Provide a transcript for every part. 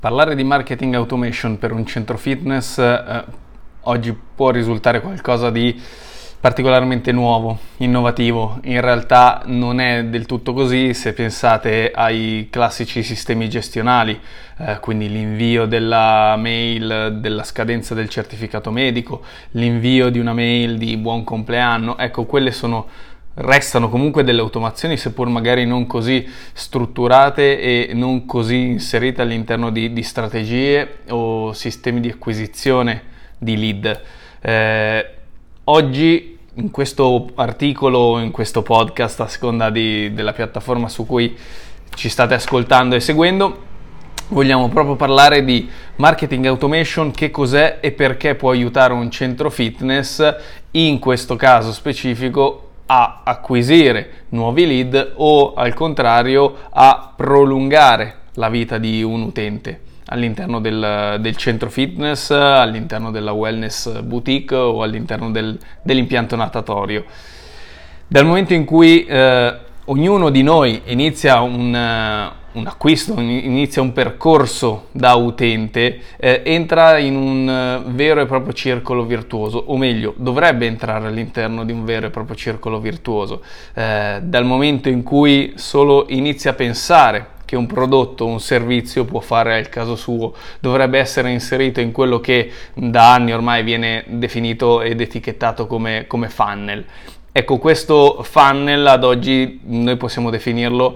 Parlare di marketing automation per un centro fitness oggi può risultare qualcosa di particolarmente nuovo, innovativo. In realtà non è del tutto così se pensate ai classici sistemi gestionali, quindi l'invio della mail della scadenza del certificato medico, l'invio di una mail di buon compleanno. Ecco, quelle restano comunque delle automazioni, seppur magari non così strutturate e non così inserite all'interno di strategie o sistemi di acquisizione di lead. Oggi in questo articolo, in questo podcast, a seconda della piattaforma su cui ci state ascoltando e seguendo, vogliamo proprio parlare di marketing automation, che cos'è e perché può aiutare un centro fitness, in questo caso specifico, a acquisire nuovi lead o al contrario a prolungare la vita di un utente all'interno del centro fitness, all'interno della wellness boutique o all'interno dell'impianto natatorio. Dal momento in cui ognuno di noi inizia un acquisto, inizia un percorso da utente, entra in un vero e proprio circolo virtuoso, o meglio, dovrebbe entrare all'interno di un vero e proprio circolo virtuoso. Dal momento in cui solo inizia a pensare che un prodotto o un servizio può fare al caso suo, dovrebbe essere inserito in quello che da anni ormai viene definito ed etichettato come funnel. Ecco, questo funnel ad oggi noi possiamo definirlo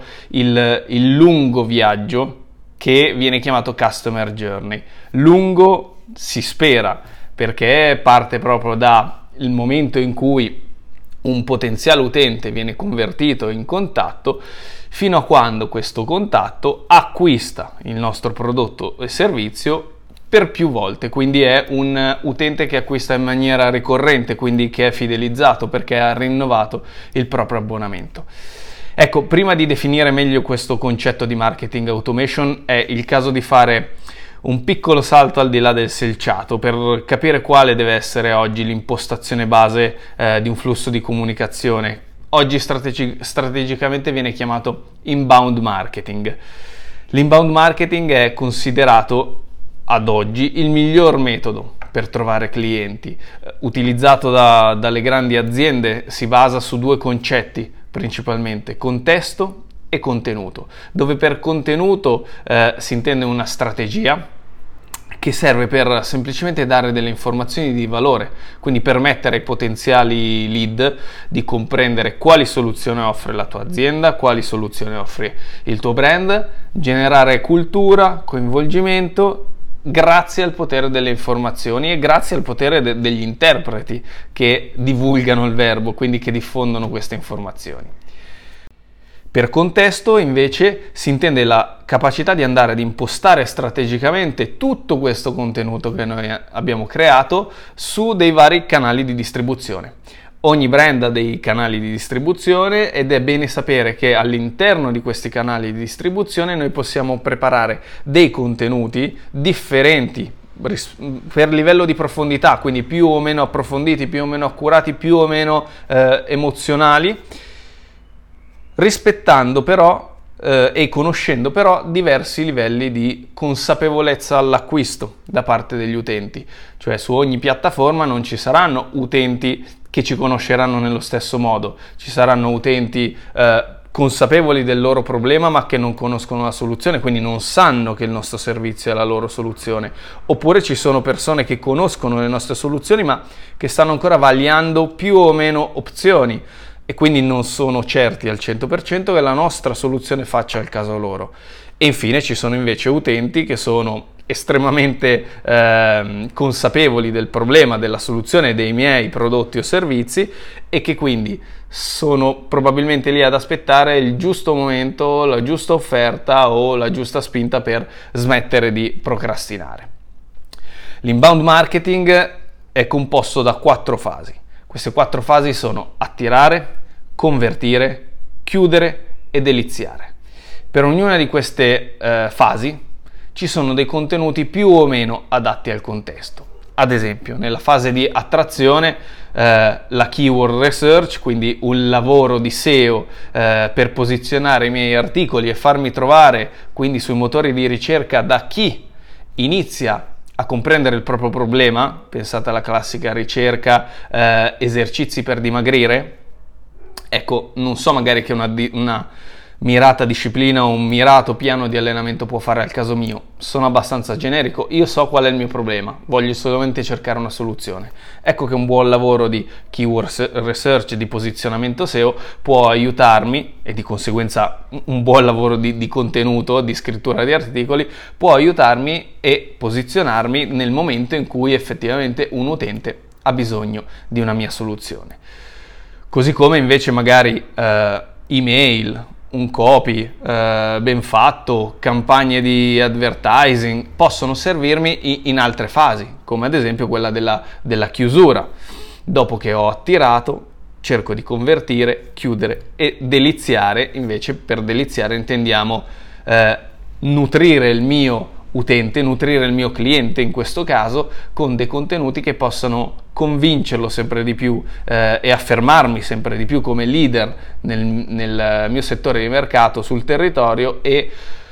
il lungo viaggio, che viene chiamato customer journey. Lungo si spera, perché parte proprio dal momento in cui un potenziale utente viene convertito in contatto fino a quando questo contatto acquista il nostro prodotto e servizio per più volte, quindi è un utente che acquista in maniera ricorrente, quindi che è fidelizzato perché ha rinnovato il proprio abbonamento. Ecco, prima di definire meglio questo concetto di marketing automation è il caso di fare un piccolo salto al di là del selciato per capire quale deve essere oggi l'impostazione base di un flusso di comunicazione. Oggi strategicamente viene chiamato inbound marketing. L'inbound marketing è considerato ad oggi il miglior metodo per trovare clienti. Utilizzato dalle grandi aziende, si basa su due concetti principalmente: contesto e contenuto, dove per contenuto si intende una strategia che serve per semplicemente dare delle informazioni di valore, quindi permettere ai potenziali lead di comprendere quali soluzioni offre la tua azienda, quali soluzioni offre il tuo brand, generare cultura, coinvolgimento grazie al potere delle informazioni e grazie al potere degli interpreti che divulgano il verbo, quindi che diffondono queste informazioni. Per contesto, invece, si intende la capacità di andare ad impostare strategicamente tutto questo contenuto che noi abbiamo creato su dei vari canali di distribuzione. Ogni brand ha dei canali di distribuzione ed è bene sapere che all'interno di questi canali di distribuzione noi possiamo preparare dei contenuti differenti per livello di profondità, quindi più o meno approfonditi, più o meno accurati, più o meno emozionali, rispettando però e conoscendo però diversi livelli di consapevolezza all'acquisto da parte degli utenti. Cioè, su ogni piattaforma non ci saranno utenti che ci conosceranno nello stesso modo, ci saranno utenti consapevoli del loro problema ma che non conoscono la soluzione, quindi non sanno che il nostro servizio è la loro soluzione, oppure ci sono persone che conoscono le nostre soluzioni ma che stanno ancora vagliando più o meno opzioni e quindi non sono certi al 100% che la nostra soluzione faccia il caso loro. E infine ci sono invece utenti che sono estremamente consapevoli del problema, della soluzione dei miei prodotti o servizi e che quindi sono probabilmente lì ad aspettare il giusto momento, la giusta offerta o la giusta spinta per smettere di procrastinare. L'inbound marketing è composto da 4 fasi. Queste 4 fasi sono attirare, convertire, chiudere e deliziare. Per ognuna di queste fasi ci sono dei contenuti più o meno adatti al contesto. Ad esempio, nella fase di attrazione, la keyword research, quindi un lavoro di SEO per posizionare i miei articoli e farmi trovare quindi sui motori di ricerca da chi inizia a comprendere il proprio problema, pensate alla classica ricerca esercizi per dimagrire, ecco, non so magari che una mirata disciplina o un mirato piano di allenamento può fare al caso mio, sono abbastanza generico, io so qual è il mio problema, voglio solamente cercare una soluzione. Ecco che un buon lavoro di keyword research, di posizionamento SEO può aiutarmi, e di conseguenza un buon lavoro di contenuto, di scrittura di articoli, può aiutarmi e posizionarmi nel momento in cui effettivamente un utente ha bisogno di una mia soluzione. Così come invece magari email, un copy ben fatto, campagne di advertising possono servirmi in altre fasi, come ad esempio quella della chiusura. Dopo che ho attirato, cerco di convertire, chiudere e deliziare. Invece per deliziare intendiamo nutrire il mio utente, nutrire il mio cliente in questo caso con dei contenuti che possano convincerlo sempre di più e affermarmi sempre di più come leader nel mio settore di mercato sul territorio e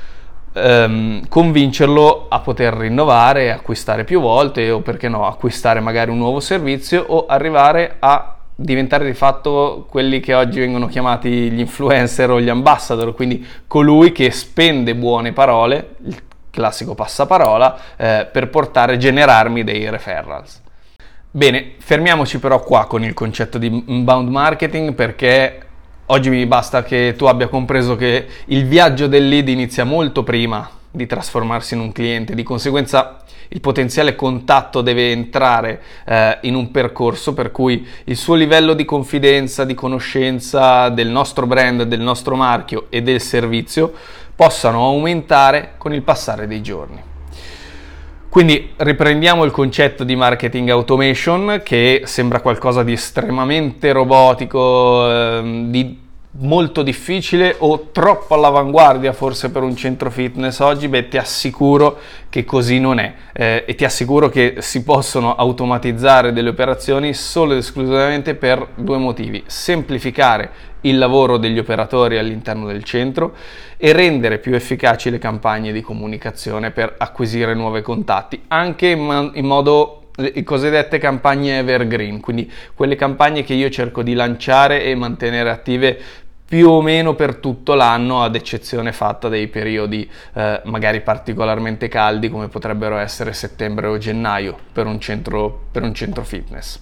convincerlo a poter rinnovare, acquistare più volte o perché no acquistare magari un nuovo servizio o arrivare a diventare di fatto quelli che oggi vengono chiamati gli influencer o gli ambassador, quindi colui che spende buone parole, il classico passaparola, per generarmi dei referrals. Bene, fermiamoci però qua con il concetto di inbound marketing, perché oggi mi basta che tu abbia compreso che il viaggio del lead inizia molto prima di trasformarsi in un cliente, di conseguenza il potenziale contatto deve entrare in un percorso per cui il suo livello di confidenza, di conoscenza del nostro brand, del nostro marchio e del servizio possano aumentare con il passare dei giorni. Quindi riprendiamo il concetto di marketing automation, che sembra qualcosa di estremamente robotico, di molto difficile o troppo all'avanguardia forse per un centro fitness oggi. Beh, ti assicuro che così non è e ti assicuro che si possono automatizzare delle operazioni solo ed esclusivamente per due motivi: semplificare il lavoro degli operatori all'interno del centro e rendere più efficaci le campagne di comunicazione per acquisire nuovi contatti, anche in modo le cosiddette campagne evergreen, quindi quelle campagne che io cerco di lanciare e mantenere attive più o meno per tutto l'anno, ad eccezione fatta dei periodi magari particolarmente caldi come potrebbero essere settembre o gennaio per un centro fitness.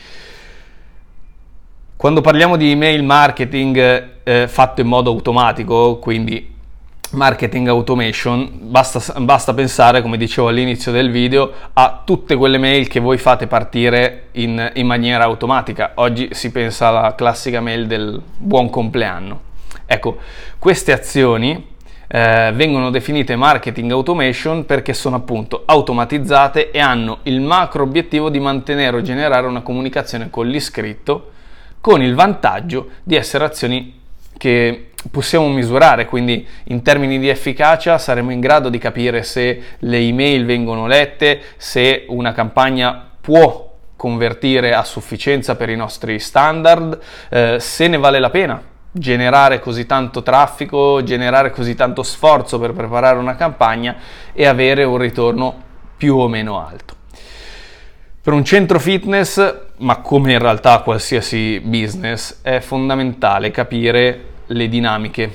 Quando parliamo di email marketing fatto in modo automatico, quindi marketing automation, basta pensare, come dicevo all'inizio del video, a tutte quelle mail che voi fate partire in maniera automatica. Oggi si pensa alla classica mail del buon compleanno. Ecco, queste azioni vengono definite marketing automation perché sono appunto automatizzate e hanno il macro obiettivo di mantenere o generare una comunicazione con l'iscritto, con il vantaggio di essere azioni che possiamo misurare, quindi in termini di efficacia saremo in grado di capire se le email vengono lette, se una campagna può convertire a sufficienza per i nostri standard, se ne vale la pena generare così tanto traffico, generare così tanto sforzo per preparare una campagna e avere un ritorno più o meno alto. Per un centro fitness, ma come in realtà qualsiasi business, è fondamentale capire le dinamiche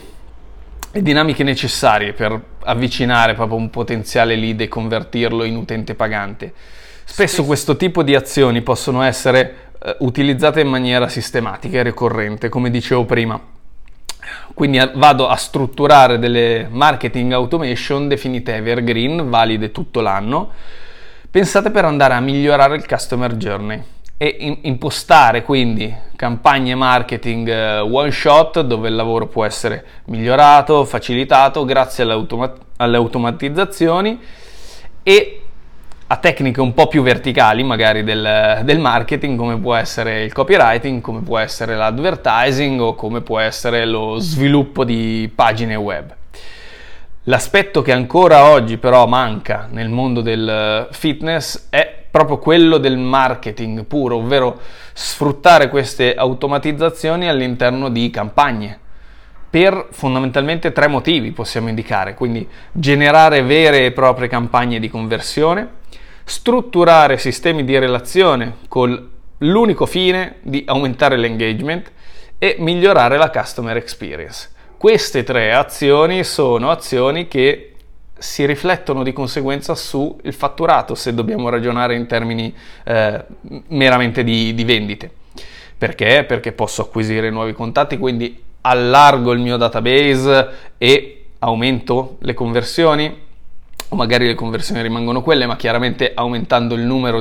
necessarie per avvicinare proprio un potenziale lead e convertirlo in utente pagante. Spesso questo tipo di azioni possono essere utilizzate in maniera sistematica e ricorrente, come dicevo prima. Quindi vado a strutturare delle marketing automation definite evergreen, valide tutto l'anno, pensate per andare a migliorare il customer journey e impostare quindi campagne marketing one shot dove il lavoro può essere migliorato, facilitato grazie alle automatizzazioni e a tecniche un po' più verticali magari del marketing, come può essere il copywriting, come può essere l'advertising o come può essere lo sviluppo di pagine web. L'aspetto che ancora oggi però manca nel mondo del fitness è proprio quello del marketing puro, ovvero sfruttare queste automatizzazioni all'interno di campagne per fondamentalmente 3 motivi possiamo indicare, quindi generare vere e proprie campagne di conversione, strutturare sistemi di relazione con l'unico fine di aumentare l'engagement e migliorare la customer experience. Queste 3 azioni sono azioni che si riflettono di conseguenza sul fatturato, se dobbiamo ragionare in termini meramente di vendite. Perché? Perché posso acquisire nuovi contatti, quindi allargo il mio database e aumento le conversioni, o magari le conversioni rimangono quelle, ma chiaramente aumentando il numero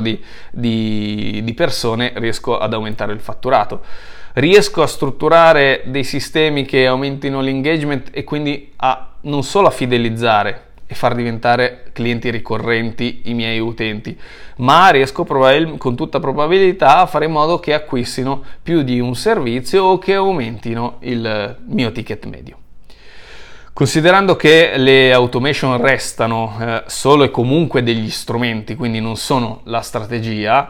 di persone riesco ad aumentare il fatturato. Riesco a strutturare dei sistemi che aumentino l'engagement e quindi non solo a fidelizzare e far diventare clienti ricorrenti i miei utenti, ma riesco con tutta probabilità a fare in modo che acquistino più di un servizio o che aumentino il mio ticket medio. Considerando che le automation restano solo e comunque degli strumenti, quindi non sono la strategia,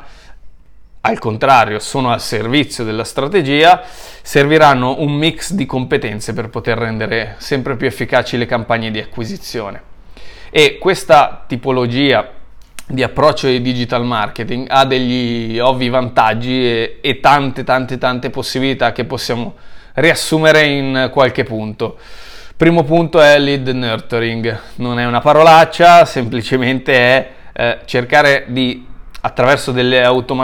al contrario sono al servizio della strategia, serviranno un mix di competenze per poter rendere sempre più efficaci le campagne di acquisizione. E questa tipologia di approccio di digital marketing ha degli ovvi vantaggi e tante possibilità che possiamo riassumere in qualche punto. Primo punto è lead nurturing, non è una parolaccia, semplicemente è cercare di, attraverso delle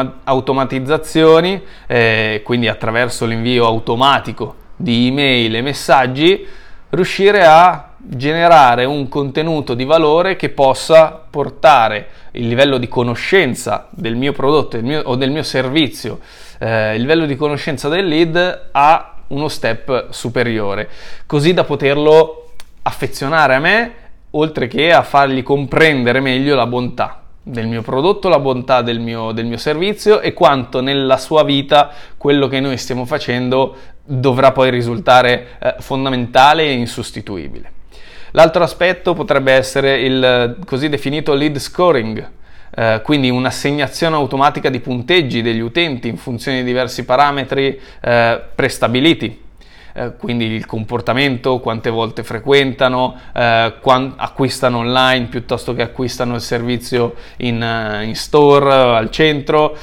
automatizzazioni, quindi attraverso l'invio automatico di email e messaggi, riuscire a generare un contenuto di valore che possa portare il livello di conoscenza del mio prodotto o del mio servizio, il livello di conoscenza del lead a uno step superiore, così da poterlo affezionare a me, oltre che a fargli comprendere meglio la bontà del mio prodotto, la bontà del mio servizio e quanto nella sua vita quello che noi stiamo facendo dovrà poi risultare fondamentale e insostituibile. L'altro aspetto potrebbe essere il così definito lead scoring, quindi un'assegnazione automatica di punteggi degli utenti in funzione di diversi parametri prestabiliti. Quindi il comportamento, quante volte frequentano, acquistano online piuttosto che acquistano il servizio in store, al centro,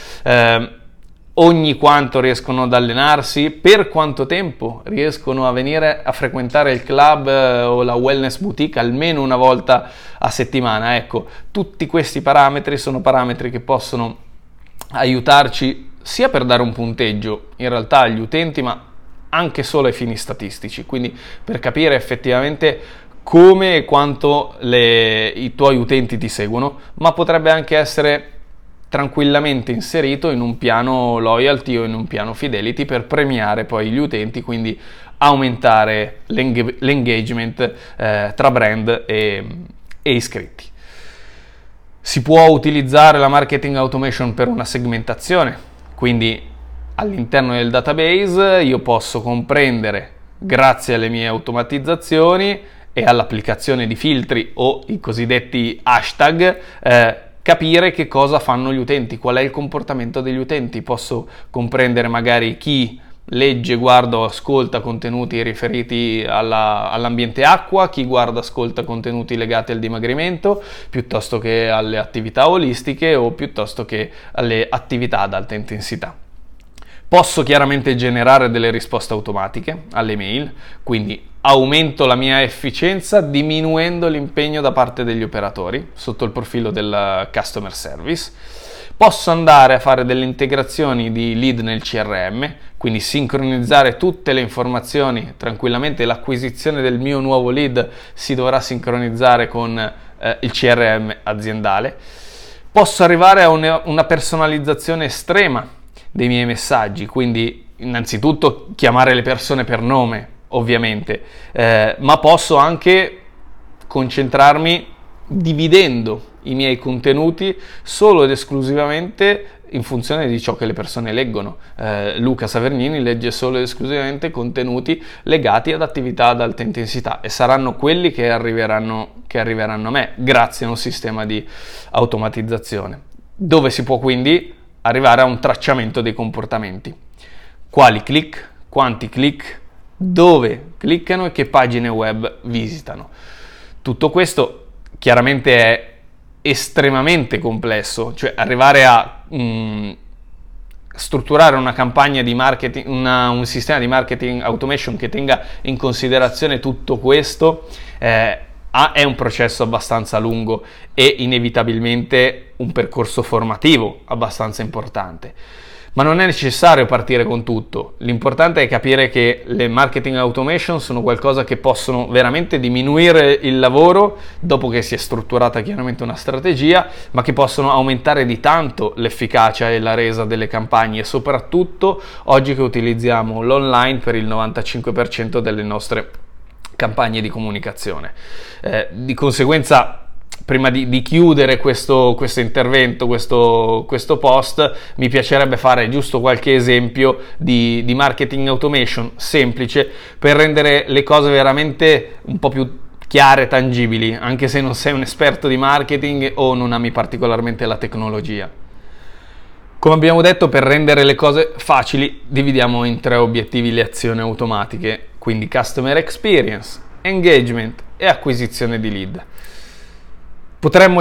ogni quanto riescono ad allenarsi, per quanto tempo riescono a venire a frequentare il club o la wellness boutique almeno una volta a settimana. Ecco, tutti questi parametri sono parametri che possono aiutarci sia per dare un punteggio in realtà agli utenti, ma anche solo ai fini statistici, quindi per capire effettivamente come e quanto i tuoi utenti ti seguono, ma potrebbe anche essere tranquillamente inserito in un piano loyalty o in un piano fidelity per premiare poi gli utenti, quindi aumentare l'engagement tra brand e iscritti. Si può utilizzare la marketing automation per una segmentazione, quindi all'interno del database io posso comprendere, grazie alle mie automatizzazioni e all'applicazione di filtri o i cosiddetti hashtag, capire che cosa fanno gli utenti, qual è il comportamento degli utenti. Posso comprendere magari chi legge, guarda o ascolta contenuti riferiti all'ambiente acqua, chi guarda, ascolta contenuti legati al dimagrimento, piuttosto che alle attività olistiche o piuttosto che alle attività ad alta intensità. Posso chiaramente generare delle risposte automatiche alle mail, quindi aumento la mia efficienza diminuendo l'impegno da parte degli operatori sotto il profilo del customer service. Posso andare a fare delle integrazioni di lead nel CRM, quindi sincronizzare tutte le informazioni tranquillamente. L'acquisizione del mio nuovo lead si dovrà sincronizzare con il CRM aziendale. Posso arrivare a una personalizzazione estrema dei miei messaggi, quindi innanzitutto chiamare le persone per nome, ovviamente, ma posso anche concentrarmi dividendo i miei contenuti solo ed esclusivamente in funzione di ciò che le persone leggono. Luca Savernini legge solo ed esclusivamente contenuti legati ad attività ad alta intensità e saranno quelli che arriveranno a me grazie a un sistema di automatizzazione, dove si può quindi arrivare a un tracciamento dei comportamenti. Quali click, quanti click, dove cliccano e che pagine web visitano. Tutto questo chiaramente è estremamente complesso, cioè arrivare a strutturare una campagna di marketing, un sistema di marketing automation che tenga in considerazione tutto questo è un processo abbastanza lungo e inevitabilmente un percorso formativo abbastanza importante. Ma non è necessario partire con tutto, l'importante è capire che le marketing automation sono qualcosa che possono veramente diminuire il lavoro dopo che si è strutturata chiaramente una strategia, ma che possono aumentare di tanto l'efficacia e la resa delle campagne, soprattutto oggi che utilizziamo l'online per il 95% delle nostre campagne di comunicazione. Di conseguenza, prima di chiudere questo intervento, questo post, mi piacerebbe fare giusto qualche esempio di marketing automation semplice per rendere le cose veramente un po' più chiare, tangibili, anche se non sei un esperto di marketing o non ami particolarmente la tecnologia. Come abbiamo detto, per rendere le cose facili dividiamo in 3 obiettivi le azioni automatiche, quindi Customer Experience, Engagement e acquisizione di lead. Potremmo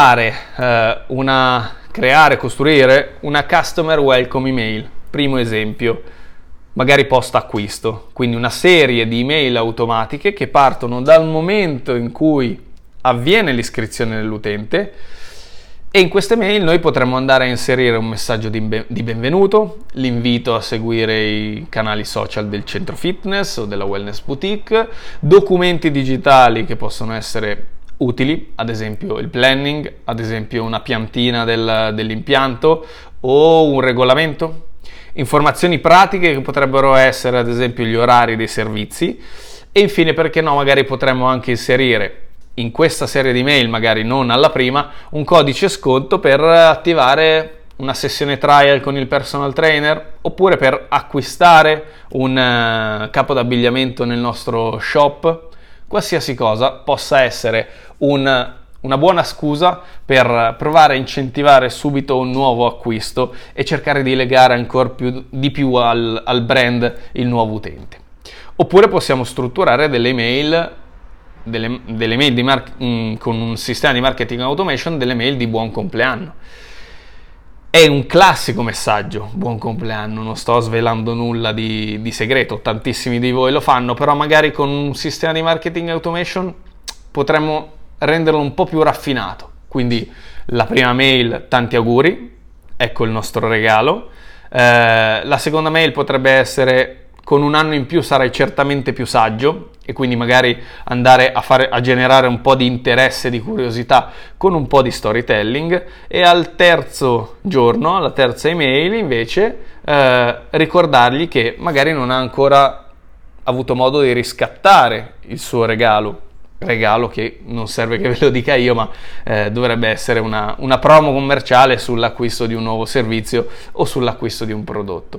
costruire una Customer Welcome Email, primo esempio, magari post acquisto, quindi una serie di email automatiche che partono dal momento in cui avviene l'iscrizione dell'utente. E in queste mail noi potremmo andare a inserire un messaggio di benvenuto, l'invito a seguire i canali social del centro fitness o della wellness boutique, documenti digitali che possono essere utili, ad esempio il planning, ad esempio una piantina dell'impianto o un regolamento, informazioni pratiche che potrebbero essere ad esempio gli orari dei servizi e infine, perché no, magari potremmo anche inserire in questa serie di mail, magari non alla prima, un codice sconto per attivare una sessione trial con il personal trainer oppure per acquistare un capo d'abbigliamento nel nostro shop. Qualsiasi cosa possa essere una buona scusa per provare a incentivare subito un nuovo acquisto e cercare di legare ancora di più al brand il nuovo utente. Oppure possiamo strutturare delle email con un sistema di marketing automation, delle mail di buon compleanno. È un classico messaggio, buon compleanno, non sto svelando nulla di segreto, tantissimi di voi lo fanno, però magari con un sistema di marketing automation potremmo renderlo un po' più raffinato. Quindi la prima mail, tanti auguri, ecco il nostro regalo. La seconda mail potrebbe essere: con un anno in più sarai certamente più saggio, e quindi magari andare a generare un po' di interesse, di curiosità con un po' di storytelling. E al terzo giorno, alla terza email invece, ricordargli che magari non ha ancora avuto modo di riscattare il suo regalo che non serve che ve lo dica io, ma dovrebbe essere una promo commerciale sull'acquisto di un nuovo servizio o sull'acquisto di un prodotto.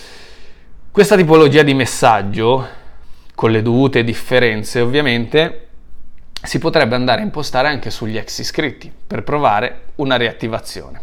Questa tipologia di messaggio, con le dovute differenze ovviamente, si potrebbe andare a impostare anche sugli ex iscritti per provare una riattivazione,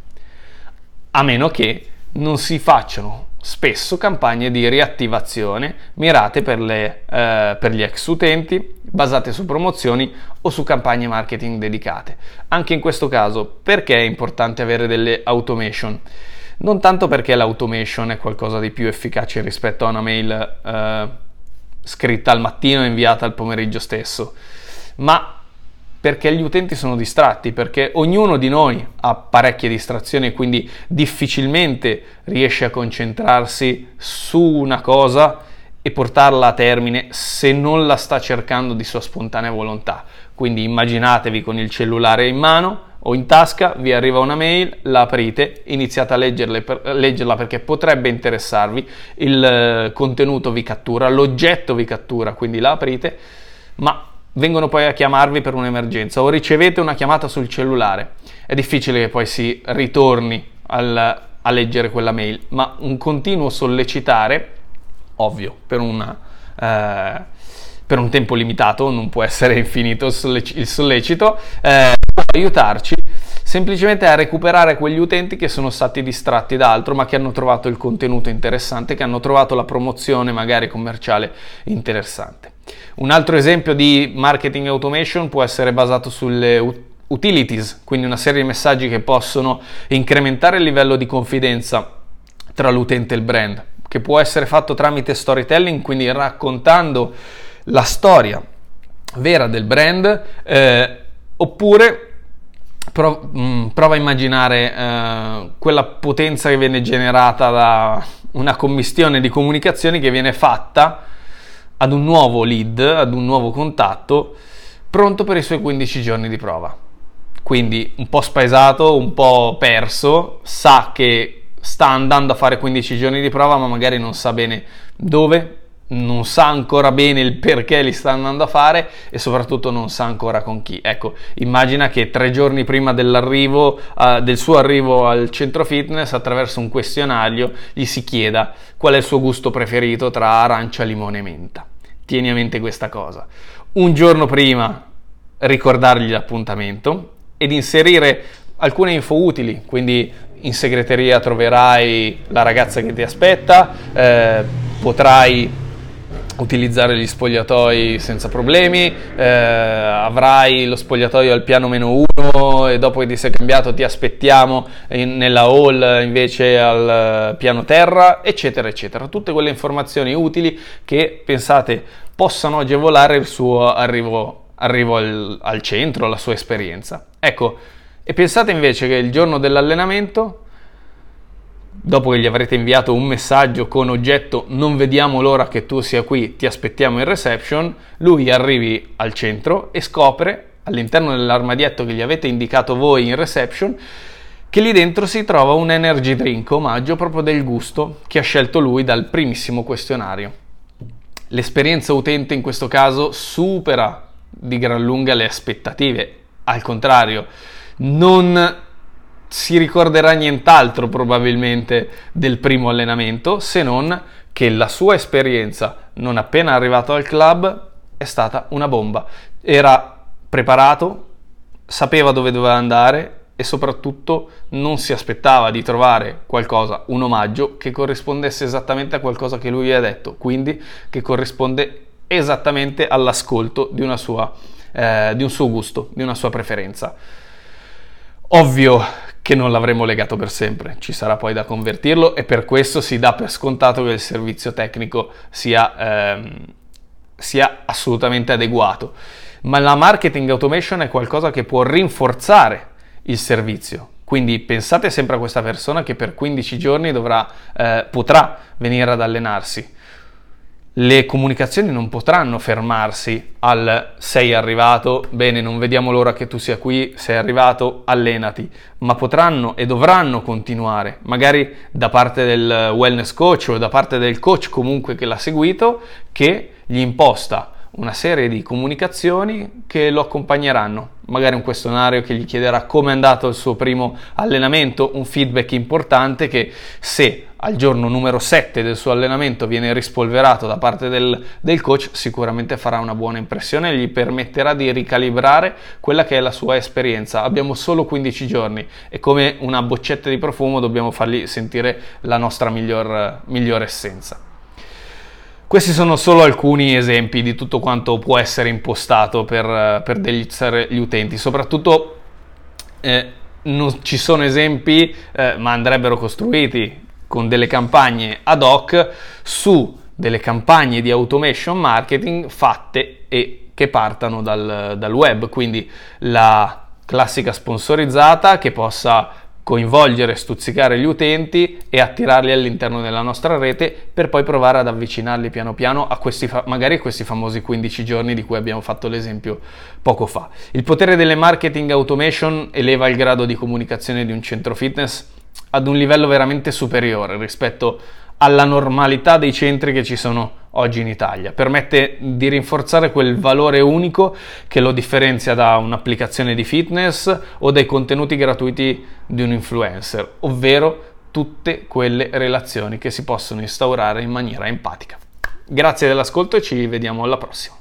a meno che non si facciano spesso campagne di riattivazione mirate per gli ex utenti, basate su promozioni o su campagne marketing dedicate. Anche in questo caso, perché è importante avere delle automation? Non tanto perché l'automation è qualcosa di più efficace rispetto a una mail scritta al mattino e inviata al pomeriggio stesso, ma perché gli utenti sono distratti, perché ognuno di noi ha parecchie distrazioni e quindi difficilmente riesce a concentrarsi su una cosa e portarla a termine se non la sta cercando di sua spontanea volontà. Quindi immaginatevi con il cellulare in mano o in tasca, vi arriva una mail, la aprite, iniziate a leggerla perché potrebbe interessarvi, il contenuto vi cattura, l'oggetto vi cattura, quindi la aprite, ma vengono poi a chiamarvi per un'emergenza o ricevete una chiamata sul cellulare. È difficile che poi si ritorni a leggere quella mail, ma un continuo sollecitare, ovvio, per un tempo limitato, non può essere infinito il sollecito, può aiutarci semplicemente a recuperare quegli utenti che sono stati distratti da altro, ma che hanno trovato il contenuto interessante, che hanno trovato la promozione magari commerciale interessante. Un altro esempio di marketing automation può essere basato sulle utilities, quindi una serie di messaggi che possono incrementare il livello di confidenza tra l'utente e il brand, che può essere fatto tramite storytelling, quindi raccontando la storia vera del brand, oppure prova a immaginare quella potenza che viene generata da una commistione di comunicazioni che viene fatta ad un nuovo lead, ad un nuovo contatto, pronto per i suoi 15 giorni di prova. Quindi un po' spaesato, un po' perso, sa che sta andando a fare 15 giorni di prova, ma magari non sa bene dove, non sa ancora bene il perché li sta andando a fare e soprattutto non sa ancora con chi. Ecco, immagina che 3 giorni prima dell'arrivo, del suo arrivo al centro fitness, attraverso un questionario gli si chieda qual è il suo gusto preferito tra arancia, limone e menta. Tieni a mente questa cosa. Un giorno prima ricordargli l'appuntamento ed inserire alcune info utili, quindi in segreteria troverai la ragazza che ti aspetta, potrai utilizzare gli spogliatoi senza problemi, avrai lo spogliatoio al piano -1 e dopo che ti sei cambiato ti aspettiamo nella hall invece al piano terra, eccetera eccetera. Tutte quelle informazioni utili che pensate possano agevolare il suo arrivo al centro, la sua esperienza. Ecco, e pensate invece che il giorno dell'allenamento, dopo che gli avrete inviato un messaggio con oggetto "non vediamo l'ora che tu sia qui, ti aspettiamo in reception", lui arrivi al centro e scopre all'interno dell'armadietto che gli avete indicato voi in reception che lì dentro si trova un energy drink omaggio proprio del gusto che ha scelto lui dal primissimo questionario. L'esperienza utente in questo caso supera di gran lunga le aspettative, al contrario, non si ricorderà nient'altro probabilmente del primo allenamento, se non che la sua esperienza non appena arrivato al club è stata una bomba. Era preparato, sapeva dove doveva andare e soprattutto non si aspettava di trovare qualcosa, un omaggio che corrispondesse esattamente a qualcosa che lui aveva detto, quindi che corrisponde esattamente all'ascolto di un suo gusto, di una sua preferenza. Ovvio che non l'avremo legato per sempre, ci sarà poi da convertirlo e per questo si dà per scontato che il servizio tecnico sia assolutamente adeguato. Ma la marketing automation è qualcosa che può rinforzare il servizio. Quindi pensate sempre a questa persona che per 15 giorni potrà venire ad allenarsi. Le comunicazioni non potranno fermarsi al "sei arrivato, bene, non vediamo l'ora che tu sia qui, sei arrivato, allenati", ma potranno e dovranno continuare, magari da parte del wellness coach o da parte del coach comunque che l'ha seguito, che gli imposta una serie di comunicazioni che lo accompagneranno, magari un questionario che gli chiederà come è andato il suo primo allenamento, un feedback importante che se al giorno numero 7 del suo allenamento viene rispolverato da parte del coach sicuramente farà una buona impressione e gli permetterà di ricalibrare quella che è la sua esperienza. Abbiamo solo 15 giorni e come una boccetta di profumo dobbiamo fargli sentire la nostra miglior essenza. Questi sono solo alcuni esempi di tutto quanto può essere impostato per deliziare gli utenti. Soprattutto non ci sono esempi, ma andrebbero costruiti con delle campagne ad hoc su delle campagne di automation marketing fatte e che partano dal web. Quindi la classica sponsorizzata che possa coinvolgere, stuzzicare gli utenti e attirarli all'interno della nostra rete per poi provare ad avvicinarli piano piano a magari questi famosi 15 giorni di cui abbiamo fatto l'esempio poco fa. Il potere delle marketing automation eleva il grado di comunicazione di un centro fitness ad un livello veramente superiore rispetto alla normalità dei centri che ci sono oggi in Italia. Permette di rinforzare quel valore unico che lo differenzia da un'applicazione di fitness o dai contenuti gratuiti di un influencer, ovvero tutte quelle relazioni che si possono instaurare in maniera empatica. Grazie dell'ascolto e ci vediamo alla prossima.